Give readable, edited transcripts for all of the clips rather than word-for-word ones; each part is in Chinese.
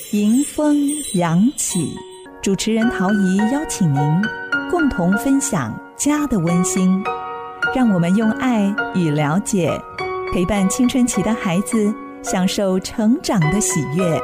迎风扬起，主持人陶怡邀请您共同分享家的温馨，让我们用爱与了解陪伴青春期的孩子，享受成长的喜悦。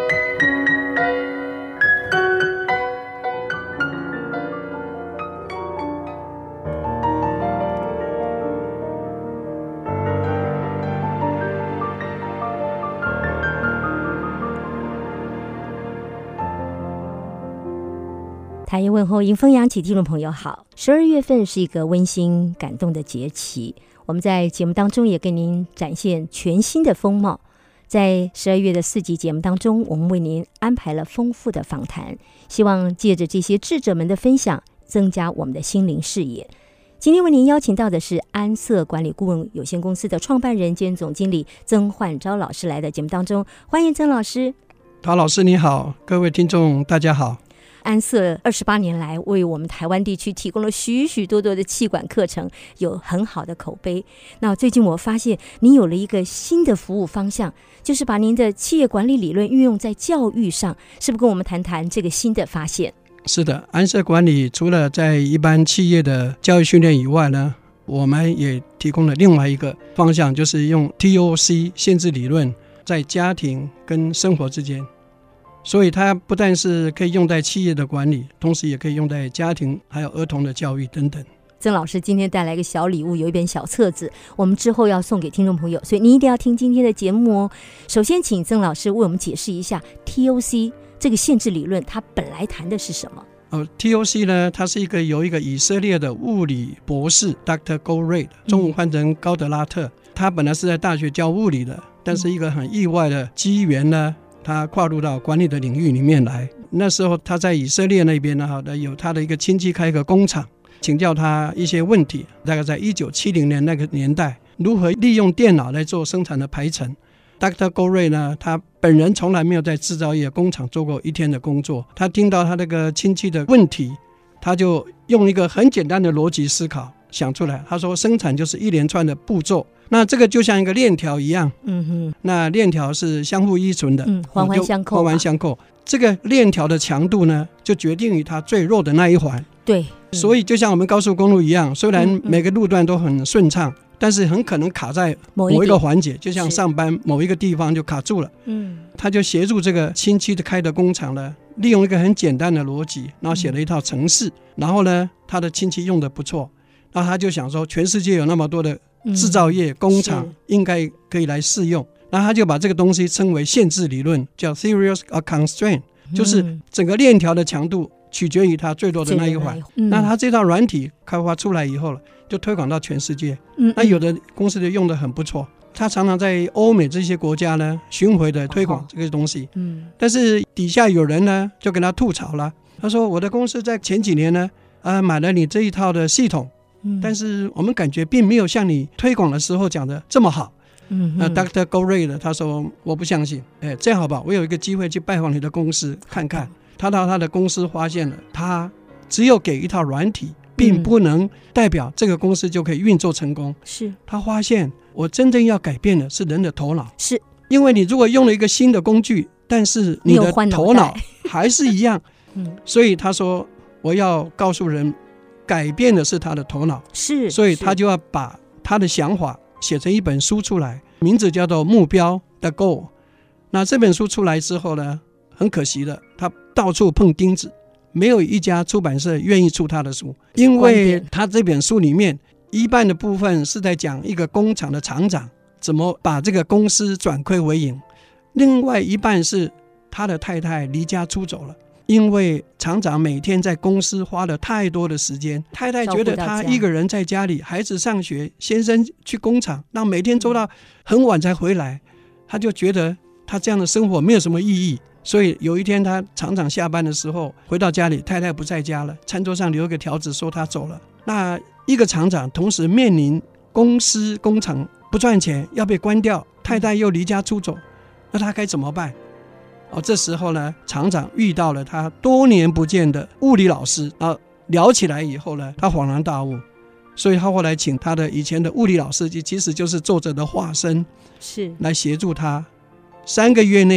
台湾问候迎风扬起，听众朋友好。12月份是一个温馨感动的节气，我们在节目当中也给您展现全新的风貌。在12月的4集节目当中，我们为您安排了丰富的访谈，希望借着这些智者们的分享，增加我们的心灵视野。今天为您邀请到的是安瑟管理顾问有限公司的创办人兼总经理曾焕昭老师来到节目当中，欢迎曾老师。 陶老师你好，各位听众大家好。 安瑟28年来为我们台湾地区提供了许许多多的企管课程，有很好的口碑。那最近我发现您有了一个新的服务方向，就是把您的企业管理理论运用在教育上，是不是跟我们谈谈这个新的发现？ 是的，安瑟管理除了在一般企业的教育训练以外呢，我们也提供了另外一个方向，就是用 TOC 限制理论在家庭跟生活之间。所以它不但是可以用在企业的管理，同时也可以用在家庭还有儿童的教育等等。 曾老师今天带来一个小礼物，有一本小册子，我们之后要送给听众朋友，所以你一定要听今天的节目哦。首先请曾老师为我们解释一下 TOC 这个限制理论，它本来谈的是什么 ？TOC 呢，它是有一个以色列的物理博士 Dr. Goldratt， 中文翻成高德拉特，他本来是在大学教物理的，但是一个很意外的机缘呢，他跨入到管理的领域里面来。那时候他在以色列那边呢，有他的一个亲戚开一个工厂，请教他一些问题，大概在1970年那个年代，如何利用电脑来做生产的排程。Dr. Goldratt 呢，他本人从来没有在制造业工厂做过一天的工作，他听到他那个亲戚的问题，他就用一个很简单的逻辑思考想出来。他说生产就是一连串的步骤，那这个就像一个链条一样，那链条是相互依存的， 环环相扣， 环环相扣。这个链条的强度呢，就决定于它最弱的那一环。 对， 所以就像我们高速公路一样，虽然每个路段都很顺畅，但是很可能卡在某一个环节，就像上班某一个地方就卡住了。他就协助这个亲戚的开的工厂呢，利用一个很简单的逻辑，然后写了一套程式，然后呢，他的亲戚用的不错，那他就想说，全世界有那么多的制造业工厂，应该可以来试用。那他就把这个东西称为限制理论，叫 Theory of Constraint， 就是整个链条的强度取决于它最弱的那一环。那他这套软体开发出来以后了，就推广到全世界。那有的公司就用得很不错，他常常在欧美这些国家呢巡回的推广这个东西。但是底下有人呢就跟他吐槽了，他说我的公司在前几年呢买了你这一套的系统，但是我们感觉并没有像你推广的时候讲的这么好。那 Dr. Goldratt 他说我不相信，这样好吧，我有一个机会去拜访你的公司看看。他到他的公司发现了，他只有给一套软体，并不能代表这个公司就可以运作成功。 是他发现我真正要改变的是人的头脑， 是因为你如果用了一个新的工具，但是你的头脑还是一样所以他说我要告诉人，改变的是他的头脑。 是， 所以他就要把他的想法写成一本书出来，名字叫做目标的 Goal。 那这本书出来之后呢，很可惜的，他到处碰钉子，没有一家出版社愿意出他的书，因为他这本书里面一半的部分是在讲一个工厂的厂长怎么把这个公司转亏为盈，另外一半是他的太太离家出走了，因为厂长每天在公司花了太多的时间，太太觉得他一个人在家里，孩子上学，先生去工厂，那每天做到很晚才回来，他就觉得他这样的生活没有什么意义。所以有一天他厂长下班的时候回到家里，太太不在家了，餐桌上留一个条子说他走了。那一个厂长同时面临公司工厂不赚钱要被关掉，太太又离家出走，那他该怎么办？这时候呢，厂长遇到了他多年不见的物理老师，聊起来以后呢，他恍然大悟，所以他后来请他的以前的物理老师，其实就是作者的化身，是来协助他3个月内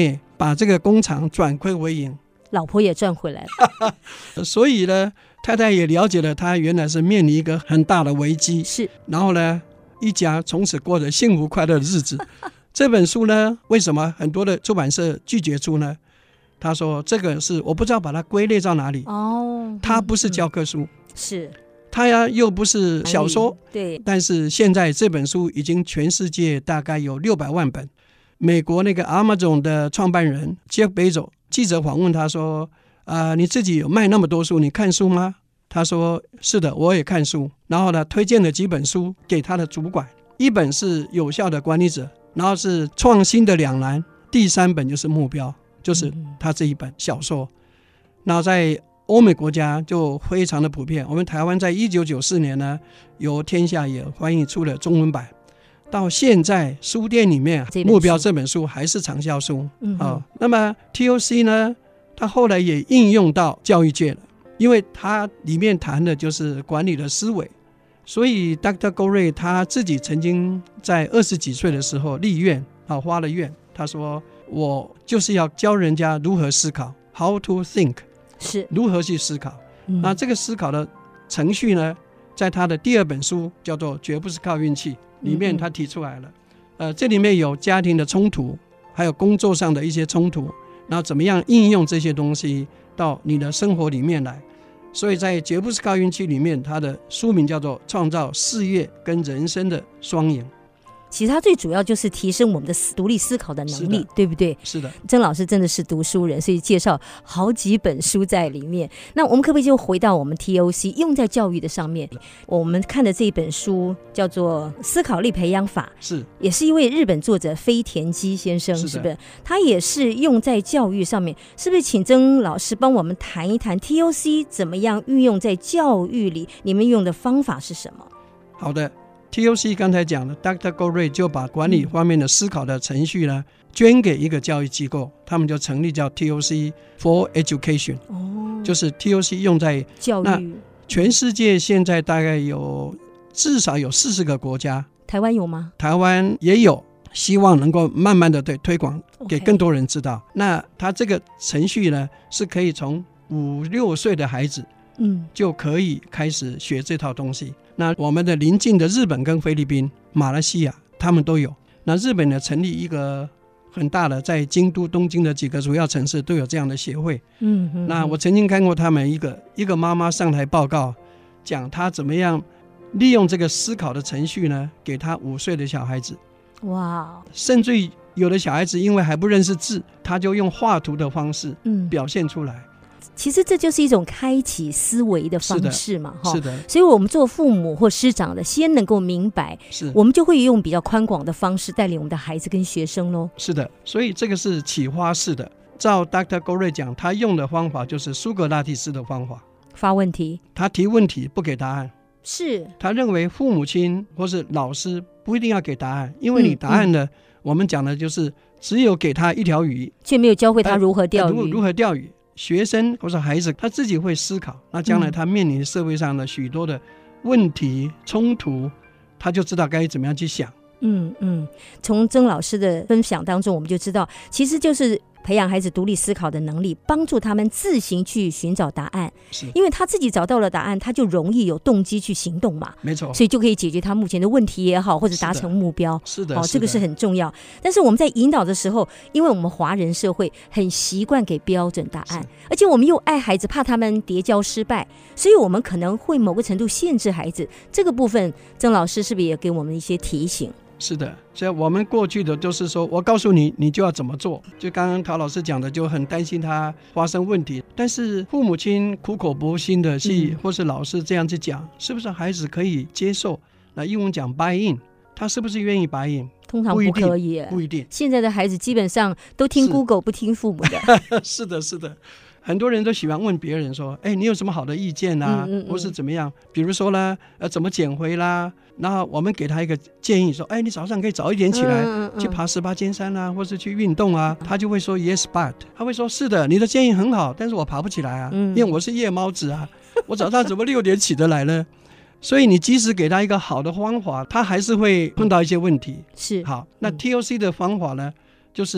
把这个工厂转亏为盈， 老婆也赚回来了所以呢，太太也了解了他原来是面临一个很大的危机， 是， 然后呢，一家从此过着幸福快乐的日子这本书呢，为什么很多的出版社拒绝出呢？他说这个是我不知道把它归类到哪里它不是教科书， 是， 它又不是小说， 对， 但是现在这本书已经全世界大概有600万本。美国那个 Amazon 的创办人 Jeff Bezos 记者访问他说你自己有卖那么多书，你看书吗？他说是的，我也看书。然后呢，推荐了几本书给他的主管，一本是有效的管理者，然后是创新的两难，第3本就是目标，就是他这一本小说。然后在欧美国家就非常的普遍，我们台湾在1994年呢，由天下也翻译出了中文版，到现在书店里面目标这本书还是畅销书那么 TOC 呢，它后来也应用到教育界了，因为它里面谈的就是管理的思维。所以 Dr. Goury 他自己曾经在20几岁的时候立愿发了愿，他说我就是要教人家如何思考 How to think， 是如何去思考那这个思考的程序呢，在他的第2本书叫做绝不是靠运气里面他提出来了这里面有家庭的冲突，还有工作上的一些冲突，然后怎么样应用这些东西到你的生活里面来。所以在绝不是靠运气里面，他的书名叫做创造事业跟人生的双赢。 其实它最主要就是提升我们的独立思考的能力，对不对？ 是的， 曾老师真的是读书人，所以介绍好几本书在里面。那我们可不可以就回到我们 TOC 用在教育的上面？我们看的这一本书叫做《思考力培养法》， 是， 也是一位日本作者飞田基先生，是不是？他也是用在教育上面，是不是？请曾老师帮我们谈一谈 TOC 怎么样运用在教育里，你们用的方法是什么？ 好的。TOC 刚才讲的 Dr. Goury 就把管理方面的思考的程序呢捐给一个教育机构，他们就成立叫 TOC for Education就是 TOC 用在教育。 那全世界现在大概至少有40个国家，台湾有吗？台湾也有，希望能够慢慢的推广给更多人知道那他这个程序呢是可以从5、6岁的孩子就可以开始学这套东西。那我们的邻近的日本跟菲律宾、马来西亚他们都有。那日本呢成立一个很大的，在京都、东京的几个主要城市都有这样的协会那我曾经看过他们一个妈妈上台报告，讲她怎么样利用这个思考的程序呢，给她5岁的小孩子。哇！甚至有的小孩子因为还不认识字，他就用画图的方式表现出来其实这就是一种开启思维的方式嘛， 是的。 所以我们做父母或师长的先能够明白，我们就会用比较宽广的方式带领我们的孩子跟学生咯。是的， 所以这个是启发式的。照 Dr. Goury 讲，他用的方法就是苏格拉底式的方法， 发问题， 他提问题不给答案， 是他认为父母亲或是老师不一定要给答案，因为你答案呢我们讲的就是只有给他一条鱼， 却没有教会他如何钓鱼。 如何钓鱼，学生或者孩子他自己会思考，那将来他面临社会上的许多的问题冲突，他就知道该怎么样去想。 从曾老师的分享当中，我们就知道其实就是培养孩子独立思考的能力，帮助他们自行去寻找答案，因为他自己找到了答案，他就容易有动机去行动嘛，没错，所以就可以解决他目前的问题也好，或者达成目标。是的，这个是很重要。但是我们在引导的时候，因为我们华人社会很习惯给标准答案，而且我们又爱孩子，怕他们跌跤失败，所以我们可能会某个程度限制孩子。这个部分曾老师是不是也给我们一些提醒？ 是的，所以我们过去的就是说我告诉你你就要怎么做，就刚刚陶老师讲的，就很担心他发生问题，但是父母亲苦口婆心的去或是老师这样去讲，是不是孩子可以接受？那英文讲 buy in， 他是不是愿意 buy in？ 通常不可以，不一定。现在的孩子基本上都听 Google 不听父母的是的，是的，很多人都喜欢问别人说你有什么好的意见啊，或是怎么样，比如说呢怎么减肥啦，然后我们给他一个建议说你早上可以早一点起来去爬18尖山啊，或是去运动啊，他就会说 yes but， 他会说是的你的建议很好，但是我爬不起来啊，因为我是夜猫子啊我早上怎么6点起得来呢？所以你即使给他一个好的方法，他还是会碰到一些问题。是，好，那 TOC 的方法呢，就是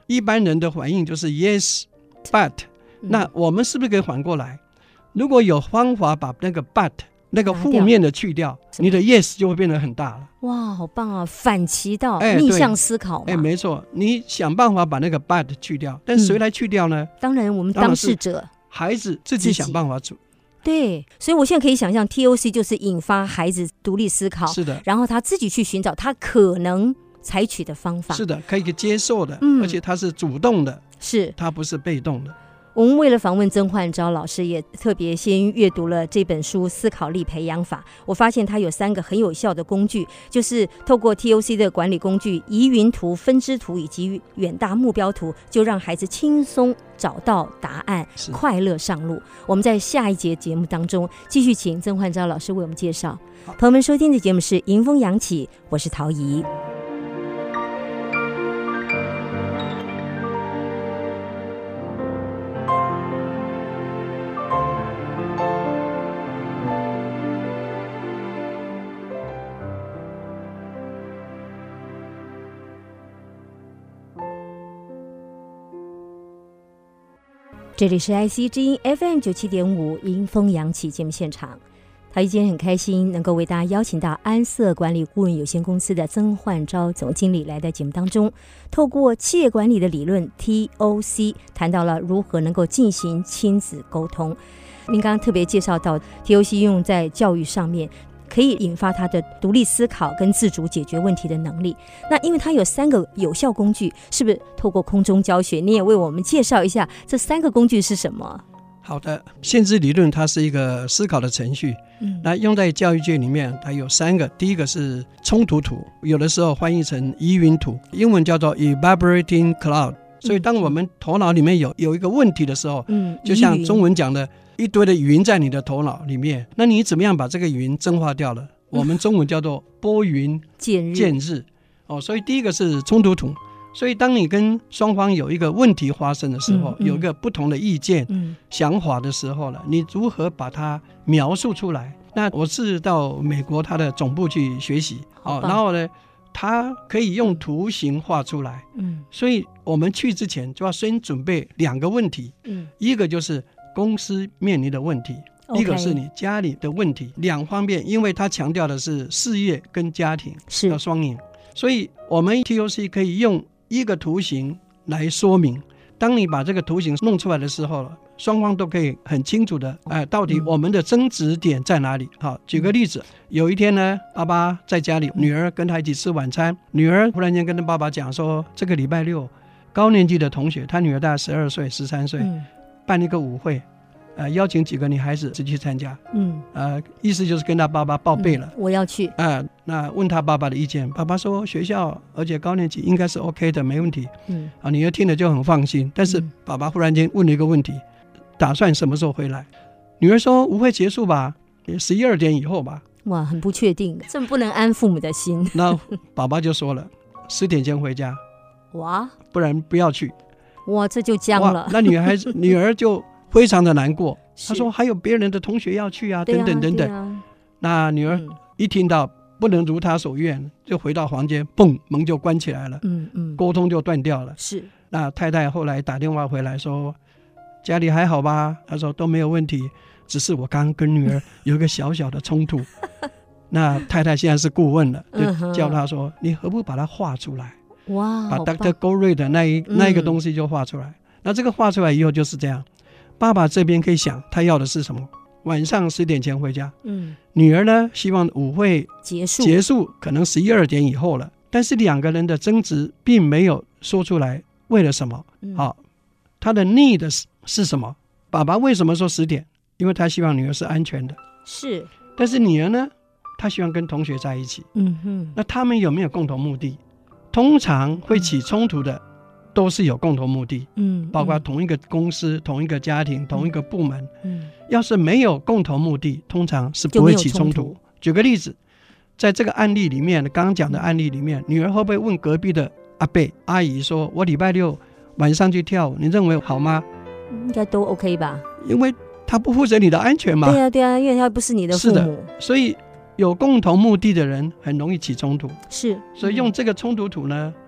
一般人的反应就是 yes but，那我们是不是可以反过来？如果有方法把那个 but 那个负面的去掉，你的 yes 就会变得很大了。 哇，好棒啊！反其道，逆向思考嘛。 没错，你想办法把那个 but 去掉，但谁来去掉呢？ 当然我们当事者， 孩子自己想办法做。 对，所以我现在可以想象 TOC 就是引发孩子独立思考， 是的， 然后他自己去寻找他可能采取的方法， 是的，可以接受的，而且他是主动的， 是他不是被动的。 我们为了访问曾焕钊老师，也特别先阅读了这本书《思考力培养法》。我发现它有3个很有效的工具，就是透过 TOC 的管理工具疑云图、分支图以及远大目标图，就让孩子轻松找到答案，快乐上路。我们在下一节节目当中继续请曾焕钊老师为我们介绍。朋友们收听的节目是迎风扬起，我是陶怡。这里是 IC 之音 FM 97.5迎风扬起节目现场，陶怡今天很开心能够为大家邀请到安瑟管理顾问有限公司的曾焕钊总经理来到节目当中，透过企业管理的理论 TOC 谈到了如何能够进行亲子沟通。您刚刚特别介绍到 TOC 用在教育上面，可以引发他的独立思考跟自主解决问题的能力。那因为它有3个有效工具，是不是透过空中教学你也为我们介绍一下这3个工具是什么？ 好的，限制理论它是一个思考的程序，那用在教育界里面它有3个。第一个是冲突图，有的时候翻译成疑云图，英文叫做 evaporating cloud。所以当我们头脑里面有一个问题的时候，就像中文讲的一堆的云在你的头脑里面，那你怎么样把这个云蒸发掉了？我们中文叫做拨云见日。所以第一个是冲突图。所以当你跟双方有一个问题发生的时候，有一个不同的意见、想法的时候了，你如何把它描述出来？那我是到美国他的总部去学习，然后呢他可以用图形画出来，所以我们去之前就要先准备2个问题，一个就是公司面临的问题，一个是你家里的问题，2方面，因为他强调的是事业跟家庭要双赢，所以我们 TOC 可以用一个图形来说明。当你把这个图形弄出来的时候，双方都可以很清楚的到底我们的争执点在哪里。好，举个例子，有一天呢，爸爸在家里，女儿跟他一起吃晚餐，女儿忽然间跟爸爸讲说，这个礼拜6高年级的同学，他女儿大概12岁13岁，办一个舞会，邀请几个女孩子去参加，意思就是跟他爸爸报备了， 我要去， 那问他爸爸的意见，爸爸说学校而且高年级应该是 OK 的，没问题，女儿听了就很放心。但是爸爸忽然间问了一个问题，打算什么时候回来？女儿说舞会结束吧，12点以后吧。 哇，很不确定，这么不能安父母的心。 那爸爸就说了10点前回家， 哇， 不然不要去。 哇，这就僵了。 那女儿就非常的难过，她说还有别人的同学要去啊，等等等等。那女儿一听到不能如她所愿，就回到房间，嘣，门就关起来了，沟通就断掉了。 是。 那太太后来打电话回来说，家里还好吧？她说都没有问题，只是我刚刚跟女儿有一个小小的冲突。那太太现在是顾问了，就叫她说，你何不把它画出来？ 哇， 把 Dr. Gorey 的那一个东西就画出来。那这个画出来以后就是这样，爸爸这边可以想他要的是什么，晚上10点前回家，女儿呢希望舞会结束可能11、12点以后了，但是2个人的争执并没有说出来为了什么。好，他的 need 是什么？爸爸为什么说10点？因为他希望女儿是安全的， 是。 但是女儿呢，她希望跟同学在一起。那他们有没有共同目的？通常会起冲突的都是有共同目的，包括同一个公司、同一个家庭、同一个部门。要是没有共同目的，通常是不会起冲突。举个例子，在这个案例里面，刚刚讲的案例里面，女儿会不会问隔壁的阿伯阿姨说，我礼拜6晚上去跳舞，你认为好吗？ 应该都 OK 吧， 因为他不负责你的安全嘛。 对啊，因为他不是你的父母。是的， 所以有共同目的的人很容易起冲突。 是， 所以用这个冲突图呢，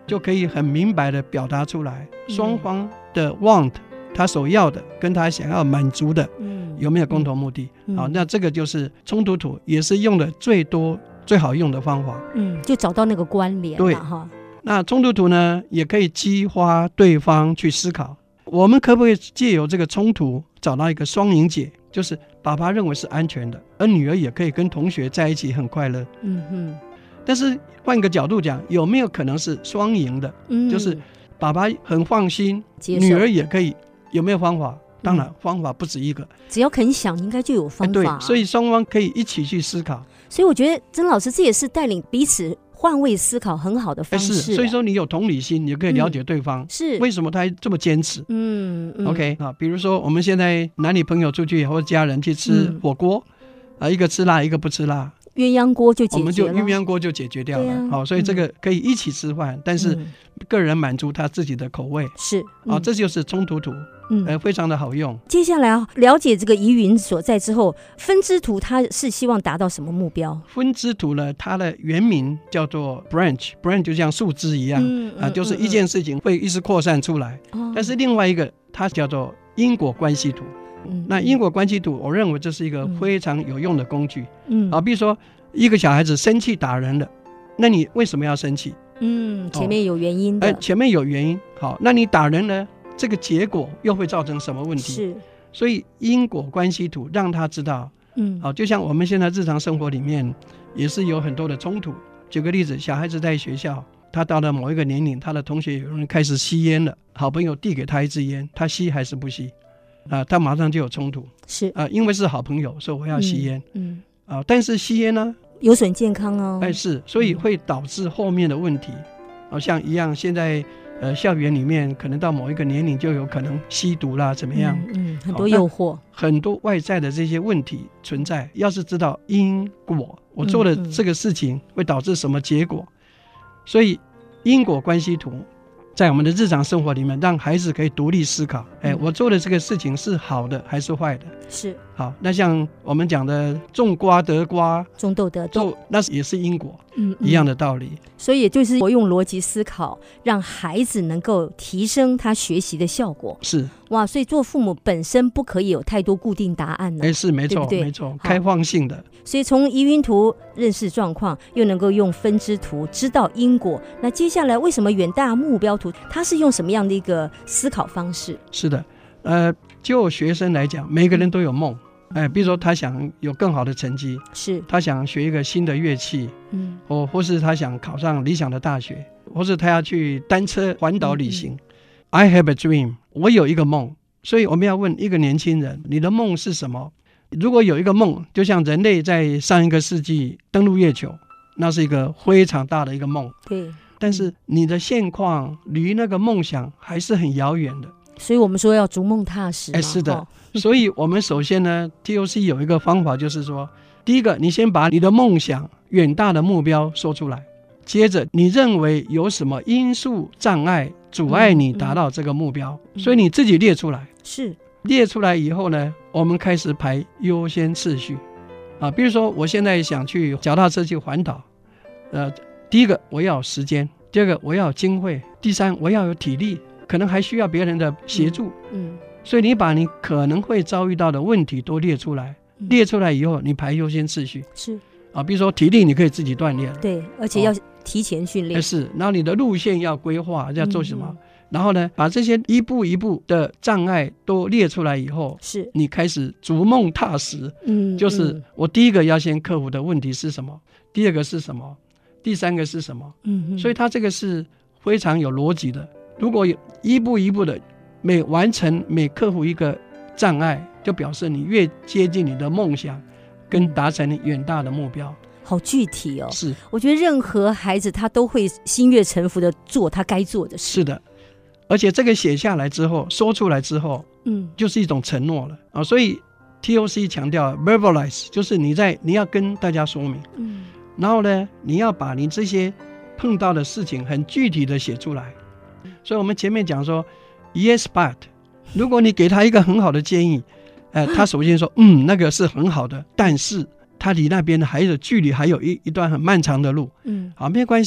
就可以很明白的表达出来双方的 want， 他所要的跟他想要满足的有没有共同目的。好，那这个就是冲突图，也是用的最多最好用的方法。 就找到那个关联。 对，那冲突图呢，也可以激发对方去思考，我们可不可以借由这个冲突找到一个双赢解，就是爸爸认为是安全的，而女儿也可以跟同学在一起很快乐。但是换个角度讲，有没有可能是双赢的？就是爸爸很放心，女儿也可以，有没有方法？当然方法不止一个， 只要肯想应该就有方法。 对，所以双方可以一起去思考。 所以我觉得曾老师这也是带领彼此换位思考很好的方式。 是，所以说你有同理心，你可以了解对方，是为什么他这么坚持。OK 啊，比如说我们现在男女朋友出去或者家人去吃火锅，一个吃辣，一个不吃辣， 鸳鸯锅就解决了， 我们就鸳鸯锅就解决掉了。好，所以这个可以一起吃饭，但是个人满足他自己的口味。 是这就是冲突图。非常的好用。接下来了解这个疑云所在之后，分支图它是希望达到什么目标？ 分支图呢，它的原名叫做 branch 就像树枝一样，就是一件事情会一直扩散出来。但是另外一个它叫做因果关系图。那因果关系图，我认为这是一个非常有用的工具。比如说一个小孩子生气打人了，那你为什么要生气？ 前面有原因的。 前面有原因。好，那你打人呢？这个结果又会造成什么问题？是，所以因果关系图让他知道。就像我们现在日常生活里面也是有很多的冲突。举个例子，小孩子在学校，他到了某一个年龄，他的同学有人开始吸烟了，好朋友递给他一支烟，他吸还是不吸？他马上就有冲突。是因为是好朋友，所以我要吸烟。但是吸烟呢， 有损健康哦。 是，所以会导致后面的问题。像一样，现在校园里面可能到某一个年龄就有可能吸毒啦，怎么样？ 很多诱惑， 很多外在的这些问题存在。要是知道因果，我做的这个事情会导致什么结果，所以因果关系图在我们的日常生活里面，让孩子可以独立思考。我做的这个事情是好的还是坏的？是。好，那像我们讲的种瓜得瓜， 种豆得豆， 那也是因果，一样的道理。 所以也就是我用逻辑思考，让孩子能够提升他学习的效果。是。哇，所以做父母本身不可以有太多固定答案呢。 是，没错，对不对？没错，开放性的。 所以从疑云图认识状况，又能够用分支图知道因果。那接下来为什么远大目标图它是用什么样的一个思考方式？ 是的，就学生来讲，每个人都有梦。比如说他想有更好的成绩，是他想学一个新的乐器，或是他想考上理想的大学，或是他要去单车环岛旅行。I have a dream， 我有一个梦。所以我们要问一个年轻人，你的梦是什么？如果有一个梦，就像人类在上一个世纪登陆月球，那是一个非常大的一个梦。对，但是你的现况离那个梦想还是很遥远的。 所以我们说要逐梦踏实。 是的。所以我们首先呢 TOC 有一个方法，就是说，第一个，你先把你的梦想远大的目标说出来，接着你认为有什么因素障碍阻碍你达到这个目标，所以你自己列出来。是，列出来以后呢，我们开始排优先次序。比如说我现在想去脚踏车去环岛，第一个我要有时间，第二个我要有经费，第三我要有体力，可能还需要别人的协助。所以你把你可能会遭遇到的问题都列出来，列出来以后你排优先次序。是比如说体力你可以自己锻炼， 对，而且要提前训练。 是，然后你的路线要规划，要做什么，然后呢把这些一步一步的障碍都列出来以后，是你开始逐梦踏实。就是我第一个要先克服的问题是什么，第二个是什么，第三个是什么。所以它这个是非常有逻辑的。如果一步一步的每完成每克服一个障碍，就表示你越接近你的梦想跟达成你远大的目标。 好具体哦。 是， 我觉得任何孩子他都会心悦诚服的做他该做的事。 是的，而且这个写下来之后说出来之后，就是一种承诺了。所以 TOC 强调 verbalize， 就是你要跟大家说明，然后呢你要把你这些碰到的事情很具体的写出来。所以我们前面讲说Yes, but 如果你给他一个很好的建议，他首先说那个是很好的，但是他离那边还有距离，还有一段很漫长的路。好，没关系，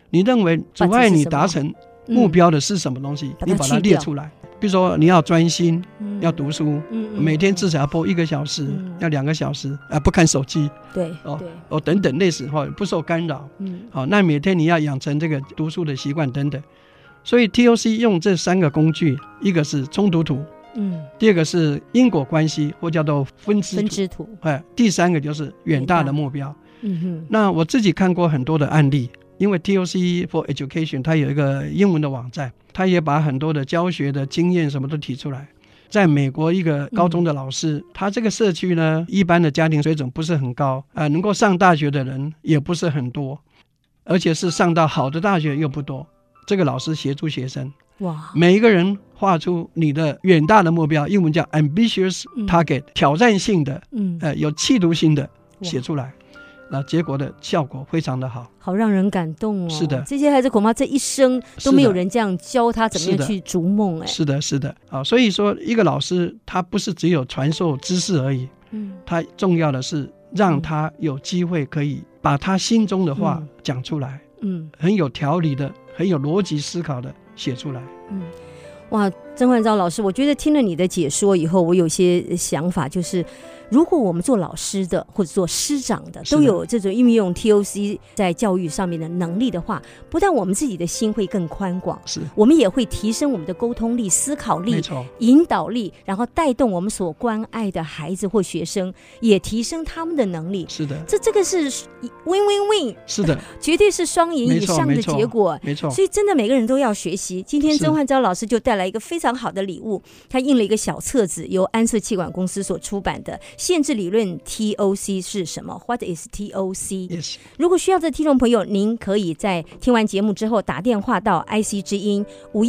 你认为阻碍你达成目标的是什么东西，你把它列出来。比如说你要专心，要读书，每天至少要播1个小时，要2个小时，不看手机， 对， 等等类似，不受干扰，那每天你要养成这个读书的习惯等等。所以 TOC 用这3个工具，一个是冲突图，第二个是因果关系或叫做分支图，第3个就是远大的目标。那我自己看过很多的案例，因为 TOC for Education 它有一个英文的网站，它也把很多的教学的经验什么都提出来。在美国一个高中的老师，他这个社区呢，一般的家庭水准不是很高，能够上大学的人也不是很多，而且是上到好的大学又不多。这个老师协助学生，每一个人画出你的远大的目标，英文叫 ambitious target，挑战性的，有企图心的写出来。那结果的效果非常的好， 好让人感动哦。 是的， 这些孩子恐怕这一生都没有人这样教他怎么样去逐梦。 是的，所以说一个老师他不是只有传授知识而已，他重要的是让他有机会可以把他心中的话讲出来，很有条理的，很有逻辑思考的写出来。 哇，曾焕钊老师，我觉得听了你的解说以后，我有些想法，就是如果我们做老师的或者做师长的都有这种运用 TOC 在教育上面的能力的话，不但我们自己的心会更宽广，我们也会提升我们的沟通力、思考力、引导力，然后带动我们所关爱的孩子或学生，也提升他们的能力。 是的， 这个是 win-win-win， 是的，绝对是双赢以上的结果。 没错， 所以真的每个人都要学习。今天曾焕钊老师就带来一个非常好的礼物，他印了一个小册子，由安瑟气管公司所出版的限制理论 TOC 是什么 What is TOC、如果需要的听众朋友，您可以在听完节目之后打电话到 IC 之音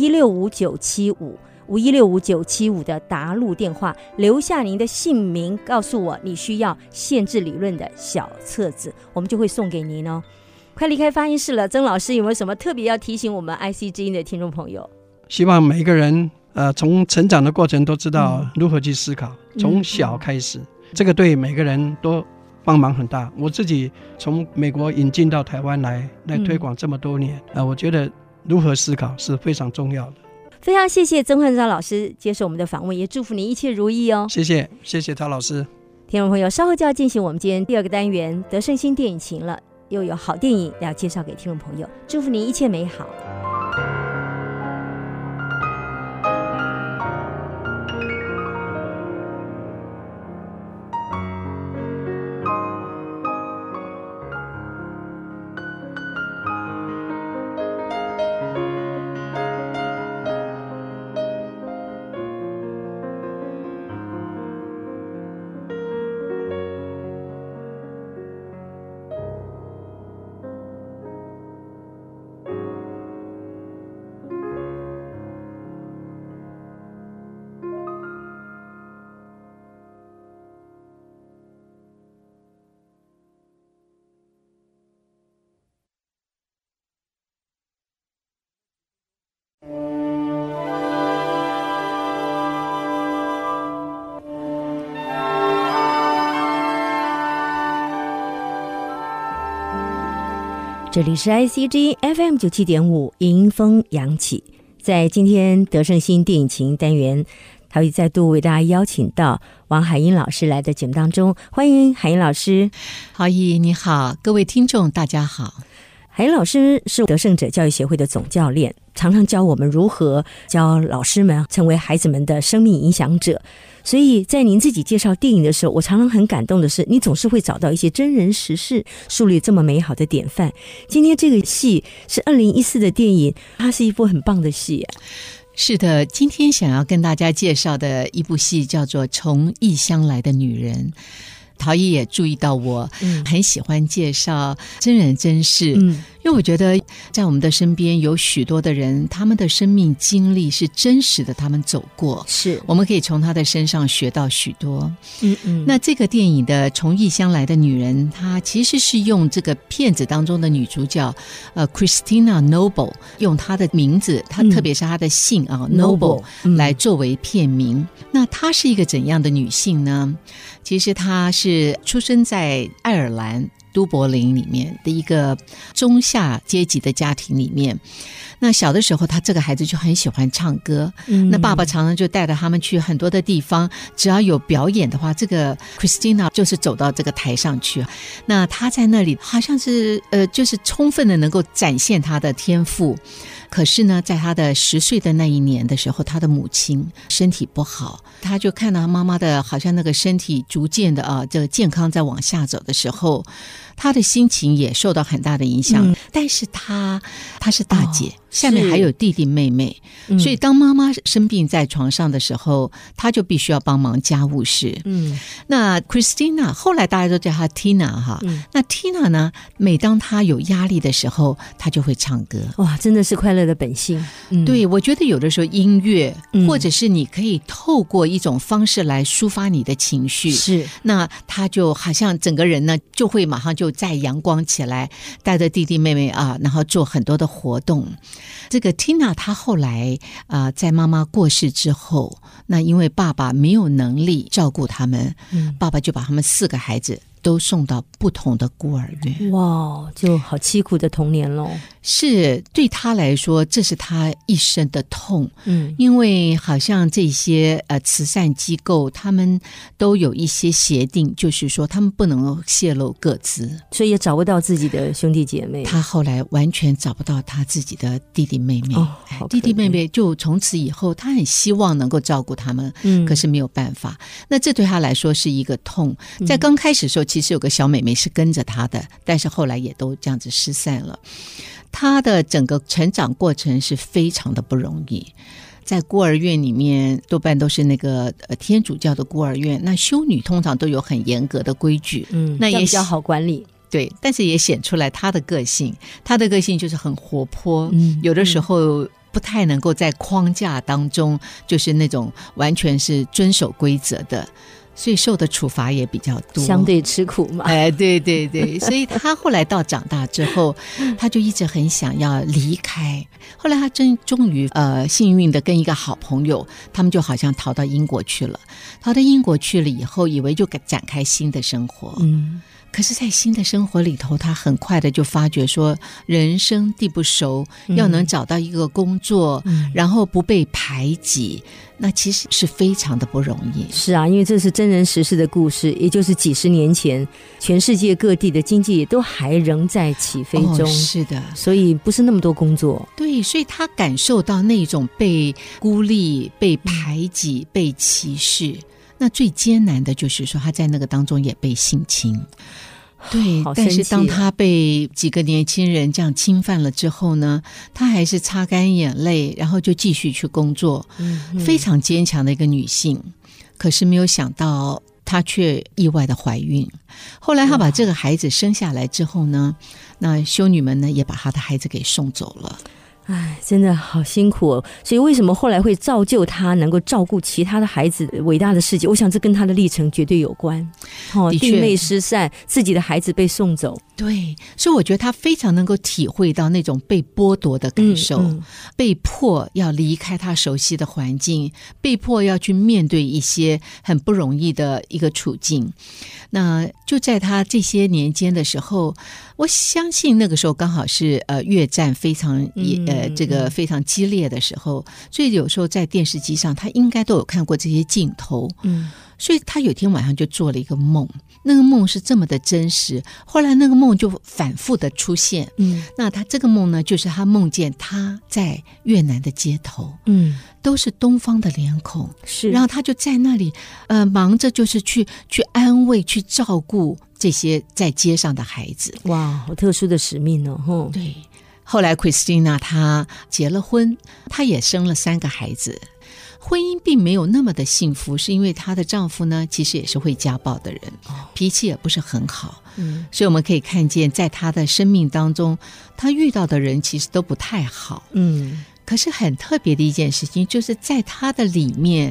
5165-975的答录电话，留下您的姓名，告诉我你需要限制理论的小册子，我们就会送给您哦。快离开发音室了，曾老师有没有什么特别要提醒我们 IC 之音的听众朋友？ 希望每一个人从成长的过程都知道如何去思考，从小开始，这个对每个人都帮忙很大。我自己从美国引进到台湾来推广这么多年，我觉得如何思考是非常重要的。 非常谢谢曾焕钊老师接受我们的访问，也祝福你一切如意哦。 谢谢陶老师。 听众朋友，稍后就要进行我们今天第2个单元德胜新电影情了，又有好电影要介绍给听众朋友，祝福您一切美好。这里是 ICG FM 97.5迎风扬起。在今天德胜新电影情单元，陶艺再度为大家邀请到王海英老师来的节目当中，欢迎海英老师。 陶艺你好，各位听众大家好。 海英老师是德胜者教育协会的总教练，常常教我们如何教老师们成为孩子们的生命影响者。所以在您自己介绍电影的时候，我常常很感动的是，你总是会找到一些真人实事，树立这么美好的典范。今天这个戏是2014的电影，它是一部很棒的戏。 是的，今天想要跟大家介绍的一部戏叫做《从异乡来的女人》。陶艺也注意到我很喜欢介绍真人真事，因为我觉得在我们的身边有许多的人，他们的生命经历是真实的，他们走过， 是我们可以从他的身上学到许多。那这个电影的《从异乡来的女人》，她其实是用这个片子当中的女主角Christina Noble， 用她的名字，她特别是她的姓Noble 来作为片名。那她是一个怎样的女性呢？其实她是出生在爱尔兰都柏林里面的一个中下阶级的家庭里面。那小的时候他这个孩子就很喜欢唱歌，那爸爸常常就带着他们去很多的地方，只要有表演的话，这个 Christina 就是走到这个台上去，那他在那里好像是就是充分的能够展现他的天赋。可是呢，在他的10岁的那一年的时候，他的母亲身体不好，他就看到妈妈的好像那个身体逐渐的这个健康在往下走的时候，他的心情也受到很大的影响。但是他是大姐，下面还有弟弟妹妹，所以当妈妈生病在床上的时候，他就必须要帮忙家务事。那 Christina 后来大家都叫她 Tina 哈，那 Tina 呢，每当她有压力的时候，她就会唱歌。 哇，真的是快乐的本性。 对，我觉得有的时候音乐，或者是你可以透过一种方式来抒发你的情绪， 是， 那他就好像整个人呢就会马上就再阳光起来，带着弟弟妹妹然后做很多的活动。这个 Tina 她后来在妈妈过世之后，那因为爸爸没有能力照顾他们，爸爸就把他们4个孩子都送到不同的孤儿院。 哇，就好凄苦的童年咯。 是，对他来说这是他一生的痛。因为好像这些慈善机构他们都有一些协定，就是说他们不能泄露个资， 所以也找不到自己的兄弟姐妹。 他后来完全找不到他自己的弟弟妹妹。弟弟妹妹就从此以后他很希望能够照顾他们，可是没有办法。那这对他来说是一个痛。在刚开始的时候其实有个小妹妹是跟着他的，但是后来也都这样子失散了。他的整个成长过程是非常的不容易，在孤儿院里面多半都是那个天主教的孤儿院，那修女通常都有很严格的规矩，那也比较好管理。 对，但是也显出来他的个性，他的个性就是很活泼，有的时候不太能够在框架当中就是那种完全是遵守规则的，所以受的处罚也比较多， 相对吃苦嘛。 对对对，所以他后来到长大之后他就一直很想要离开。后来他终于幸运的跟一个好朋友，他们就好像逃到英国去了。逃到英国去了以后，以为就展开新的生活。可是在新的生活里头，他很快的就发觉说人生地不熟，要能找到一个工作，然后不被排挤，那其实是非常的不容易。 是啊，因为这是真人实事的故事，也就是几十年前全世界各地的经济也都还仍在起飞中。 是的， 所以不是那么多工作。 对，所以他感受到那种被孤立、被排挤、被歧视。那最艰难的就是说他在那个当中也被性侵。对，但是当他被几个年轻人这样侵犯了之后呢，他还是擦干眼泪，然后就继续去工作，非常坚强的一个女性。可是没有想到她却意外的怀孕。后来她把这个孩子生下来之后呢，那修女们呢也把她的孩子给送走了。 真的好辛苦哦。所以为什么后来会造就他能够照顾其他的孩子伟大的事迹，我想这跟他的历程绝对有关。弟妹失散，自己的孩子被送走。 对，所以我觉得他非常能够体会到那种被剥夺的感受，被迫要离开他熟悉的环境，被迫要去面对一些很不容易的一个处境。那就在他这些年间的时候，我相信那个时候刚好是越战非常这个非常激烈的时候，所以有时候在电视机上他应该都有看过这些镜头。所以他有天晚上就做了一个梦，那个梦是这么的真实，后来那个梦就反复的出现。那他这个梦呢，就是他梦见他在越南的街头，都是东方的脸孔，是，然后他就在那里忙着就是去安慰去照顾这些在街上的孩子。 哇，好特殊的使命哦。 对，后来 Christina 她结了婚，她也生了3个孩子。婚姻并没有那么的幸福，是因为她的丈夫呢其实也是会家暴的人，脾气也不是很好。所以我们可以看见在她的生命当中，她遇到的人其实都不太好。可是很特别的一件事情，就是在她的里面，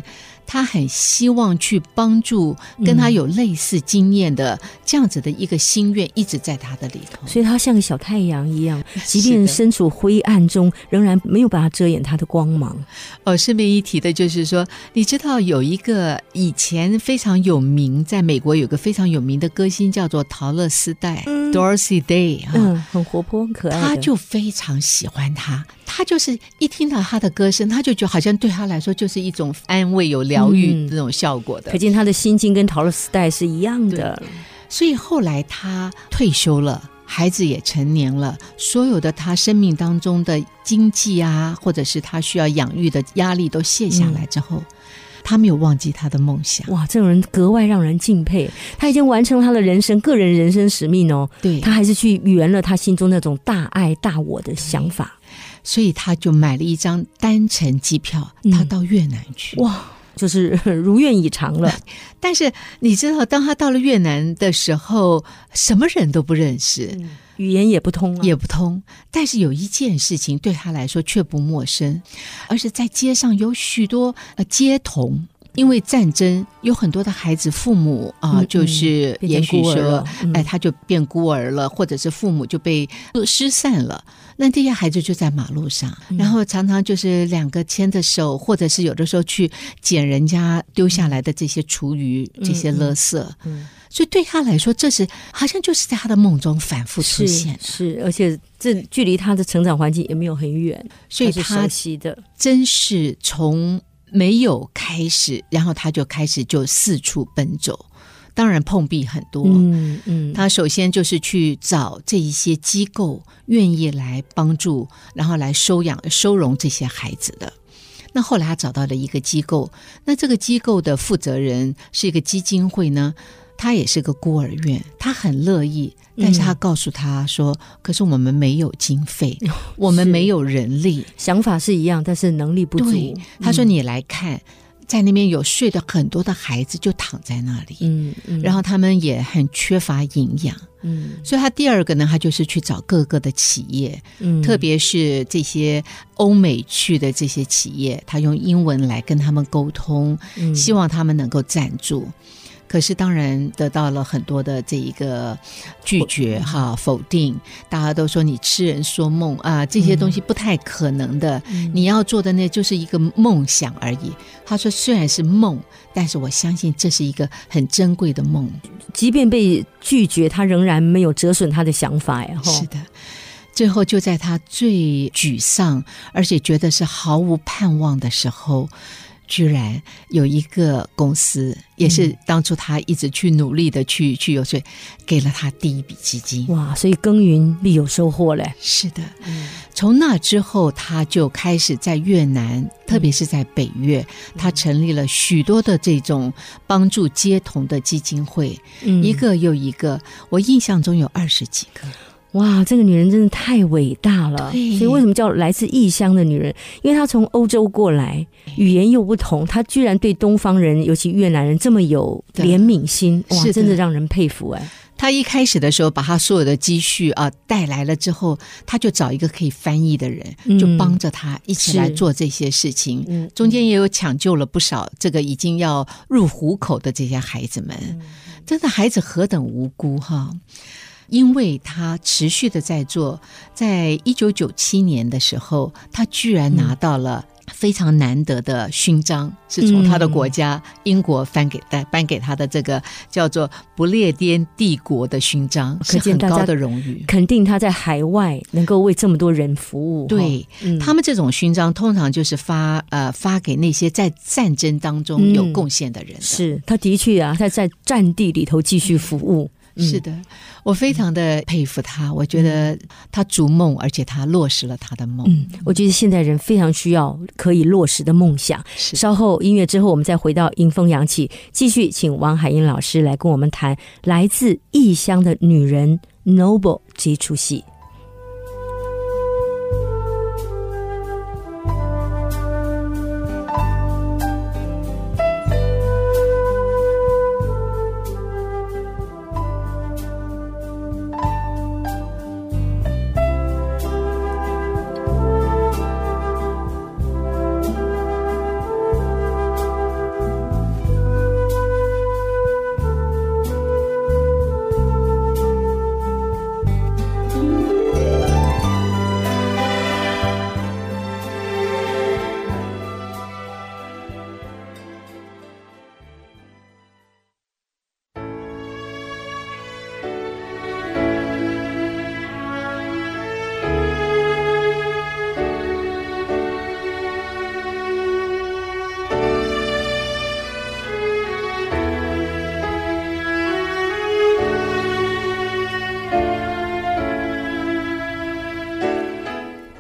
他很希望去帮助跟他有类似经验的这样子的一个心愿一直在他的里头， 所以他像个小太阳一样，即便身处灰暗中仍然没有把它遮掩他的光芒。 顺便一提的就是说，你知道有一个以前非常有名，在美国有个非常有名的歌星叫做陶乐丝代、Dorothy Day 很活泼很可爱的， 他就非常喜欢他，他就是一听到他的歌声，他就觉得好像对他来说就是一种安慰有疗愈这种效果的， 可见他的心境跟陶乐丝代是一样的。 所以后来他退休了，孩子也成年了，所有的他生命当中的经济啊，或者是他需要养育的压力都卸下来之后，他没有忘记他的梦想。 哇，这种人格外让人敬佩，他已经完成他的个人人生使命哦。 对， 他还是去圆了他心中那种大爱大我的想法， 所以他就买了一张单程机票，他到越南去。 哇，就是如愿以偿了。 但是你知道，当他到了越南的时候，什么人都不认识， 语言也不通啊， 也不通。但是有一件事情对他来说却不陌生，而是在街上有许多街童。因为战争，有很多的孩子父母就是也许说他就变孤儿了，或者是父母就被失散了，那这些孩子就在马路上，然后常常就是两个牵着手，或者是有的时候去捡人家丢下来的这些厨余、这些垃圾。所以对他来说，这是好像就是在他的梦中反复出现的， 是，而且这距离他的成长环境也没有很远， 所以他是熟悉的， 真是从没有开始，然后他就开始就四处奔走，当然碰壁很多。他首先就是去找这一些机构愿意来帮助，然后来收容这些孩子的。那后来他找到了一个机构，那这个机构的负责人是一个基金会呢，他也是个孤儿院，他很乐意，但是他告诉他说，可是我们没有经费，我们没有人力， 想法是一样，但是能力不足。 对，他说你来看，在那边有睡的很多的孩子就躺在那里，然后他们也很缺乏营养。所以他第二个呢，他就是去找各个的企业，特别是这些欧美去的这些企业，他用英文来跟他们沟通，希望他们能够赞助。可是当然得到了很多的这一个拒绝否定，大家都说你痴人说梦啊，这些东西不太可能的，你要做的那就是一个梦想而已。他说虽然是梦，但是我相信这是一个很珍贵的梦。 即便被拒绝，他仍然没有折损他的想法呀。 是的，最后就在他最沮丧而且觉得是毫无盼望的时候，居然有一个公司，也是当初他一直去努力的去游说，给了他第一笔基金。 哇，所以耕耘必有收获嘞。 是的，从那之后他就开始在越南，特别是在北越，他成立了许多的这种帮助街童的基金会，一个又一个，我印象中有20几个。 哇，这个女人真的太伟大了。所以为什么叫来自异乡的女人？因为她从欧洲过来，语言又不同，她居然对东方人，尤其越南人这么有怜悯心。哇，真的让人佩服。 他一开始的时候把他所有的积蓄带来了之后，他就找一个可以翻译的人，就帮着他一起来做这些事情。中间也有抢救了不少这个已经要入虎口的这些孩子们。真的孩子何等无辜因为他持续的在做，在1997年的时候，他居然拿到了非常难得的勋章，是从他的国家英国颁给他的这个叫做不列颠帝国的勋章，是很高的荣誉， 肯定他在海外能够为这么多人服务。 对，他们这种勋章通常就是发给那些在战争当中有贡献的人的。 是，他的确他在战地里头继续服务。 是的，我非常的佩服他，我觉得他逐梦，而且他落实了他的梦。 我觉得现代人非常需要可以落实的梦想。稍后音乐之后，我们再回到迎风扬起，继续请王海英老师来跟我们谈来自异乡的女人 Noble 这出戏。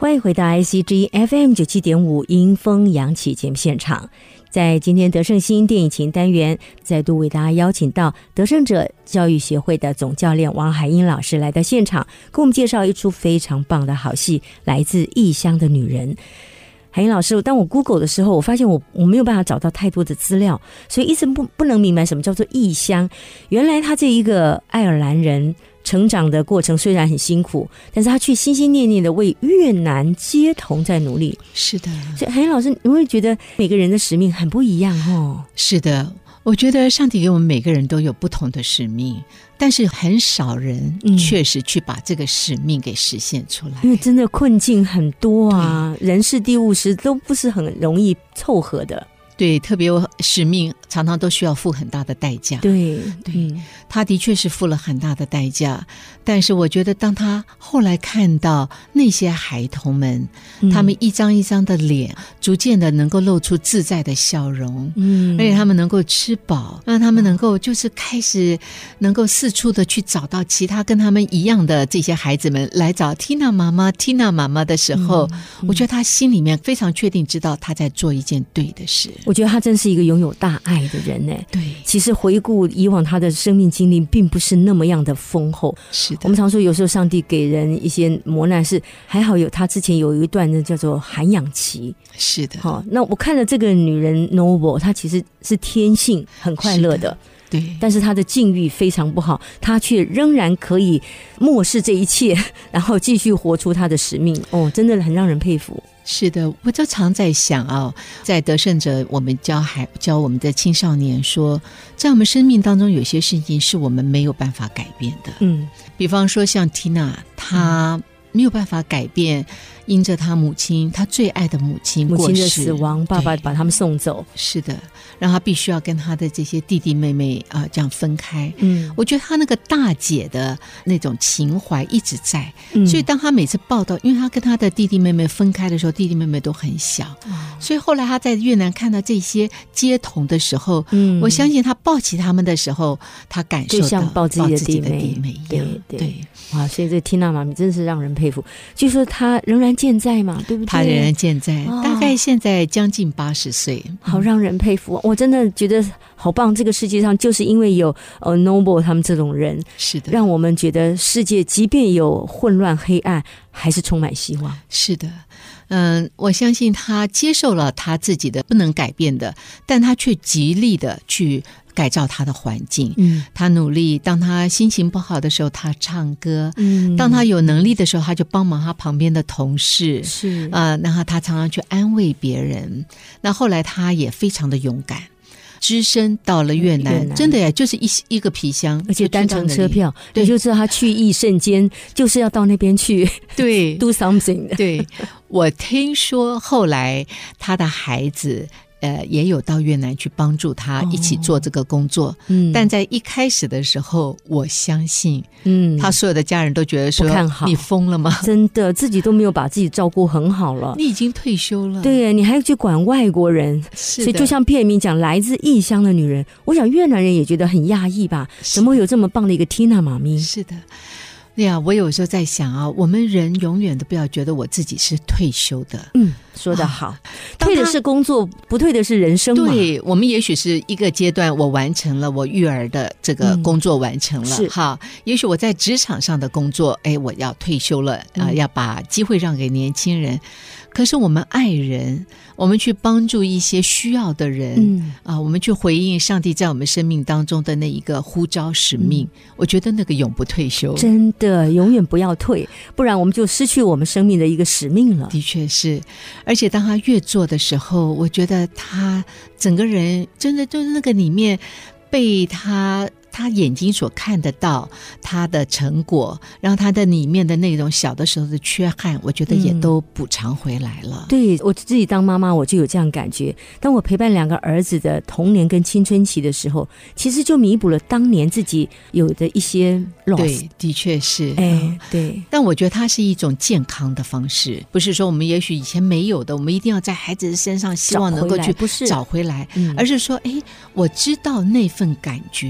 欢迎回到 ICG FM 97.5迎风扬起节目现场。在今天德胜新电影情单元，再度为大家邀请到德胜者教育协会的总教练王海英老师来到现场，跟我们介绍一出非常棒的好戏，来自异乡的女人。海英老师，当我 Google 的时候，我发现我没有办法找到太多的资料，所以一直不能明白什么叫做异乡。原来他这一个爱尔兰人成长的过程虽然很辛苦，但是他却心心念念的为越南街童在努力。 是的， 所以海英老师，你会觉得每个人的使命很不一样哦。 是的，我觉得上帝给我们每个人都有不同的使命，但是很少人确实去把这个使命给实现出来， 因为真的困境很多啊，人事地物时都不是很容易凑合的。 对，特别使命常常都需要付很大的代价。 对， 他的确是付了很大的代价，但是我觉得当他后来看到那些孩童们，他们一张一张的脸逐渐的能够露出自在的笑容，而且他们能够吃饱，让他们能够就是开始能够四处的去找到其他跟他们一样的这些孩子们来找 Tina 妈妈的时候，我觉得他心里面非常确定知道他在做一件对的事。 我觉得他真是一个拥有大爱的人呢。 对， 其实回顾以往他的生命经历并不是那么样的丰厚。 是的， 我们常说有时候上帝给人一些磨难，是还好有他之前有一段叫做涵养期。 是的， 那我看了这个女人 Noble， 她其实是天性很快乐的。 对， 但是她的境遇非常不好，她却仍然可以漠视这一切，然后继续活出她的使命。真的很让人佩服。 是的，我就常在想在得胜者我们教我们的青少年说，在我们生命当中有些事情是我们没有办法改变的。比方说像 Tina， 她没有办法改变因着她母亲，她最爱的母亲过世， 母亲的死亡，爸爸把他们送走。 是的，让她必须要跟她的这些弟弟妹妹这样分开。我觉得她那个大姐的那种情怀一直在，所以当她每次报道，因为她跟她的弟弟妹妹分开的时候，弟弟妹妹都很小，所以后来她在越南看到这些街童的时候，我相信她抱起他们的时候，她感受到就像抱自己的弟妹一样。 对，哇，所以这 Tina 妈咪真是让人佩服。据说她仍然健在嘛，对不对？ 她仍然健在，大概现在将近80岁， 好让人佩服。我真的觉得好棒，这个世界上就是因为有Noble 他们这种人， 是的， 让我们觉得世界即便有混乱黑暗，还是充满希望。 是的，我相信他接受了他自己的不能改变的，但他却极力的去改造他的环境。他努力，当他心情不好的时候他唱歌，当他有能力的时候他就帮忙他旁边的同事， 是然后他常常去安慰别人。那后来他也非常的勇敢，只身到了越南，真的呀，就是一个皮箱， 而且单程车票，你就知道他去意甚艰，就是要到那边去对 do something 的。 对，我听说后来他的孩子也有到越南去帮助他一起做这个工作，但在一开始的时候，我相信，他所有的家人都觉得说，你疯了吗？ 真的，自己都没有把自己照顾很好了， 你已经退休了， 对，你还要去管外国人，所以就像片名讲来自异乡的女人，我想越南人也觉得很讶异吧，怎么会有这么棒的一个 Tina 妈咪？ 是的。对呀，我有时候在想我们人永远都不要觉得我自己是退休的。 说得好，退的是工作，不退的是人生嘛。 对，我们也许是一个阶段，我完成了我育儿的这个工作完成了，好，也许我在职场上的工作，我要退休了，要把机会让给年轻人。可是我们爱人，我们去帮助一些需要的人，我们去回应上帝在我们生命当中的那一个呼召使命，我觉得那个永不退休， 真的永远不要退，不然我们就失去我们生命的一个使命了。 的确是，而且当他越做的时候，我觉得他整个人真的就是那个里面被他眼睛所看得到他的成果，然后他的里面的那种小的时候的缺憾，我觉得也都补偿回来了。 对，我自己当妈妈我就有这样感觉，当我陪伴2个儿子的童年跟青春期的时候，其实就弥补了当年自己有的一些 loss。 对，的确是， 对。 但我觉得它是一种健康的方式，不是说我们也许以前没有的，我们一定要在孩子身上希望能够去找回来，而是说我知道那份感觉，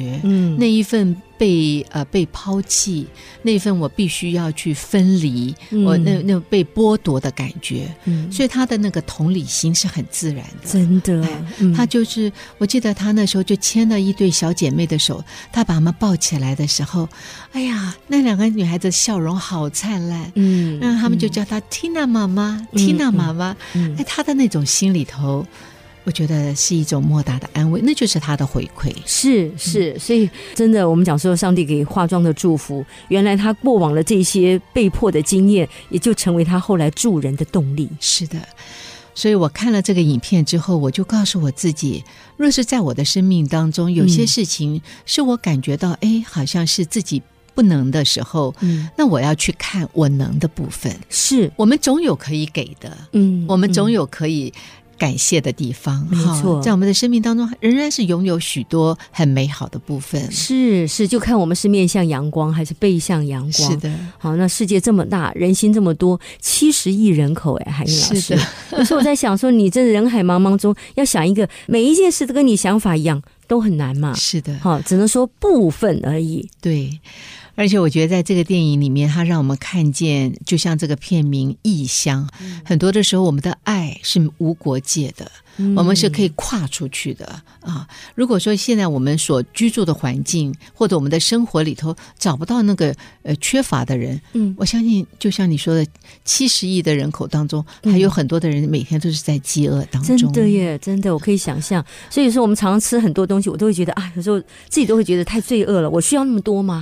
那一份被抛弃，那份我必须要去分离，我那被剥夺的感觉，所以他的那个同理心是很自然的， 真的。 他就是我记得他那时候就牵了一对小姐妹的手，他把她们抱起来的时候，哎呀，那两个女孩子笑容好灿烂，然后他们就叫她 Tina 妈妈，Tina 妈妈，哎，他的那种心里头。我觉得是一种莫大的安慰，那就是他的回馈。 是，所以真的，我们讲说上帝给化妆的祝福，原来他过往的这些被迫的经验，也就成为他后来助人的动力。 是的，所以我看了这个影片之后，我就告诉我自己，若是在我的生命当中有些事情是我感觉到好像是自己不能的时候，那我要去看我能的部分。 是我们总有可以给的，我们总有可以感谢的地方， 没错， 在我们的生命当中仍然是拥有许多很美好的部分。 是，就看我们是面向阳光还是背向阳光。 是的， 好，那世界这么大，人心这么多，70亿人口，海英老师。 是的， 有时候我在想说，你这人海茫茫中要想一个每一件事都跟你想法一样，都很难嘛。 是的， 好，只能说部分而已。 对。而且我觉得在这个电影里面，它让我们看见，就像这个片名《异乡》，很多的时候我们的爱是无国界的，我们是可以跨出去的啊。如果说现在我们所居住的环境或者我们的生活里头找不到那个缺乏的人，我相信就像你说的，70亿的人口当中，还有很多的人每天都是在饥饿当中。 真的耶，真的，我可以想象。所以说我们常常吃很多东西，我都会觉得有时候自己都会觉得太罪恶了，我需要那么多吗？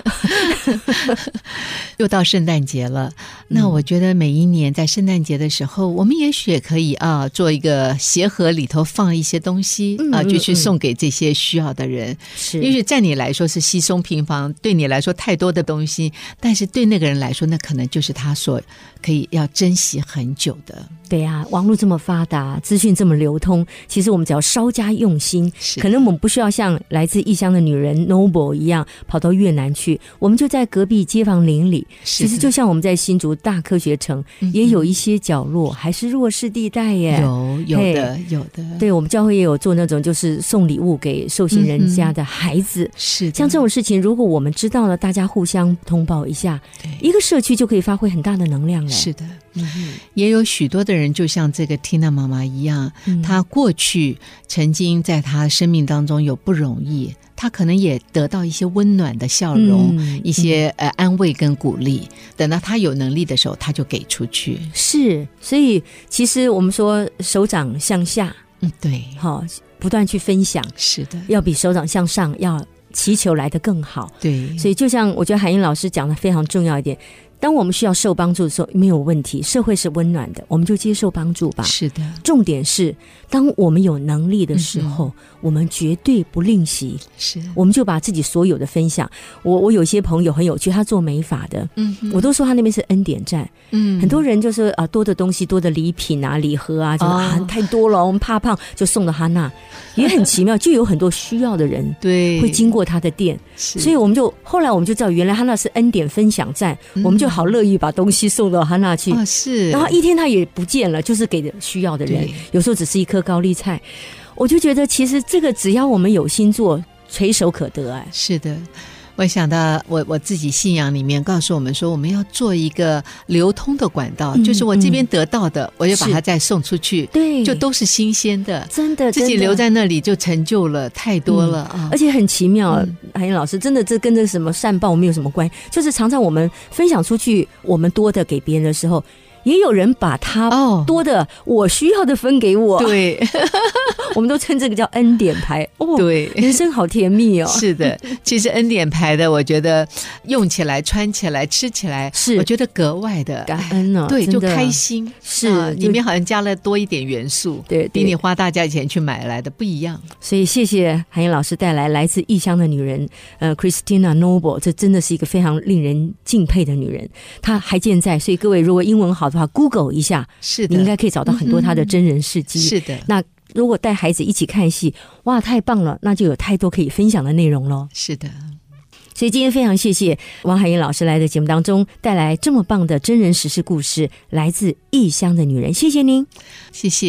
又到圣诞节了，那我觉得每一年在圣诞节的时候，我们也许也可以做一个鞋盒，里头放一些东西就去送给这些需要的人。 是， 也许在你来说是稀松平常，对你来说太多的东西，但是对那个人来说，那可能就是他所可以要珍惜很久的。 对啊，网络这么发达，资讯这么流通，其实我们只要稍加用心，可能我们不需要像来自异乡的女人 Noble 一样跑到越南去，我们就在隔壁街坊邻里。其实就像我们在新竹大科学城也有一些角落还是弱势地带耶。 有的。 对，我们教会也有做那种就是送礼物给受刑人家的孩子。 是像这种事情，如果我们知道了，大家互相通报一下，一个社区就可以发挥很大的能量了。 是的，也有许多的人就像这个 Tina 妈妈一样，她过去曾经在她生命当中有不容易，她可能也得到一些温暖的笑容，一些安慰跟鼓励，等到她有能力的时候，她就给出去。 是，所以其实我们说手掌向下， 对， 不断去分享， 是的， 要比手掌向上要祈求来得更好。 对， 所以就像我觉得海英老师讲的非常重要一点，当我们需要受帮助的时候，没有问题，社会是温暖的，我们就接受帮助吧。 是的， 重点是当我们有能力的时候，我们绝对不吝惜， 是， 我们就把自己所有的分享。我有些朋友很有趣，他做美发的，我都说他那边是恩典站，很多人就是多的东西，多的礼品啊、礼盒啊，就是太多了，我们怕胖就送到他那，也很奇妙，就有很多需要的人对会经过他的店，所以我们就后来我们就知道，原来他那是恩典分享站，我们就好乐意把东西送到他那去， 是， 然后一天他也不见了，就是给需要的人，有时候只是一颗高丽菜，我就觉得其实这个只要我们有心做，垂手可得。 是的，我想到我自己信仰里面告诉我们说，我们要做一个流通的管道，就是我这边得到的，我就把它再送出去，对，就都是新鲜的， 真的， 自己留在那里就成就了太多了而且很奇妙。海英老师，真的这跟这什么善报没有什么关系，就是常常我们分享出去，我们多的给别人的时候，也有人把他多的我需要的分给我， 对， 我们都称这个叫恩典牌。 对， 人生好甜蜜哦。 是的，其实恩典牌的，我觉得用起来、穿起来、吃起来，是我觉得格外的感恩哦， 对，就开心。 是， 里面好像加了多一点元素，对，比你花大价钱去买来的不一样。 所以谢谢海英老师带来自异乡的女人，Christina Noble， 这真的是一个非常令人敬佩的女人，她还健在。所以各位如果英文好的话 Google 一下， 是的， 你应该可以找到很多她的真人事迹。 是的， 那如果带孩子一起看戏，哇，太棒了，那就有太多可以分享的内容咯。 是的， 所以今天非常谢谢王海英老师来的节目当中带来这么棒的真人实事故事，来自异乡的女人，谢谢您。 谢谢。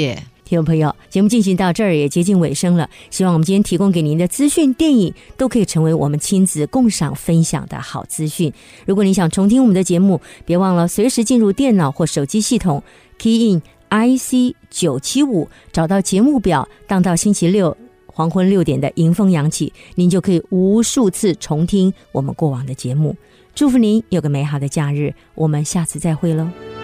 听众朋友，节目进行到这儿也接近尾声了，希望我们今天提供给您的资讯电影都可以成为我们亲子共赏分享的好资讯。如果你想重听我们的节目，别忘了随时进入电脑或手机系统 key in IC975， 找到节目表，当到星期六黄昏6点的迎风扬起，您就可以无数次重听我们过往的节目。祝福您有个美好的假日，我们下次再会喽。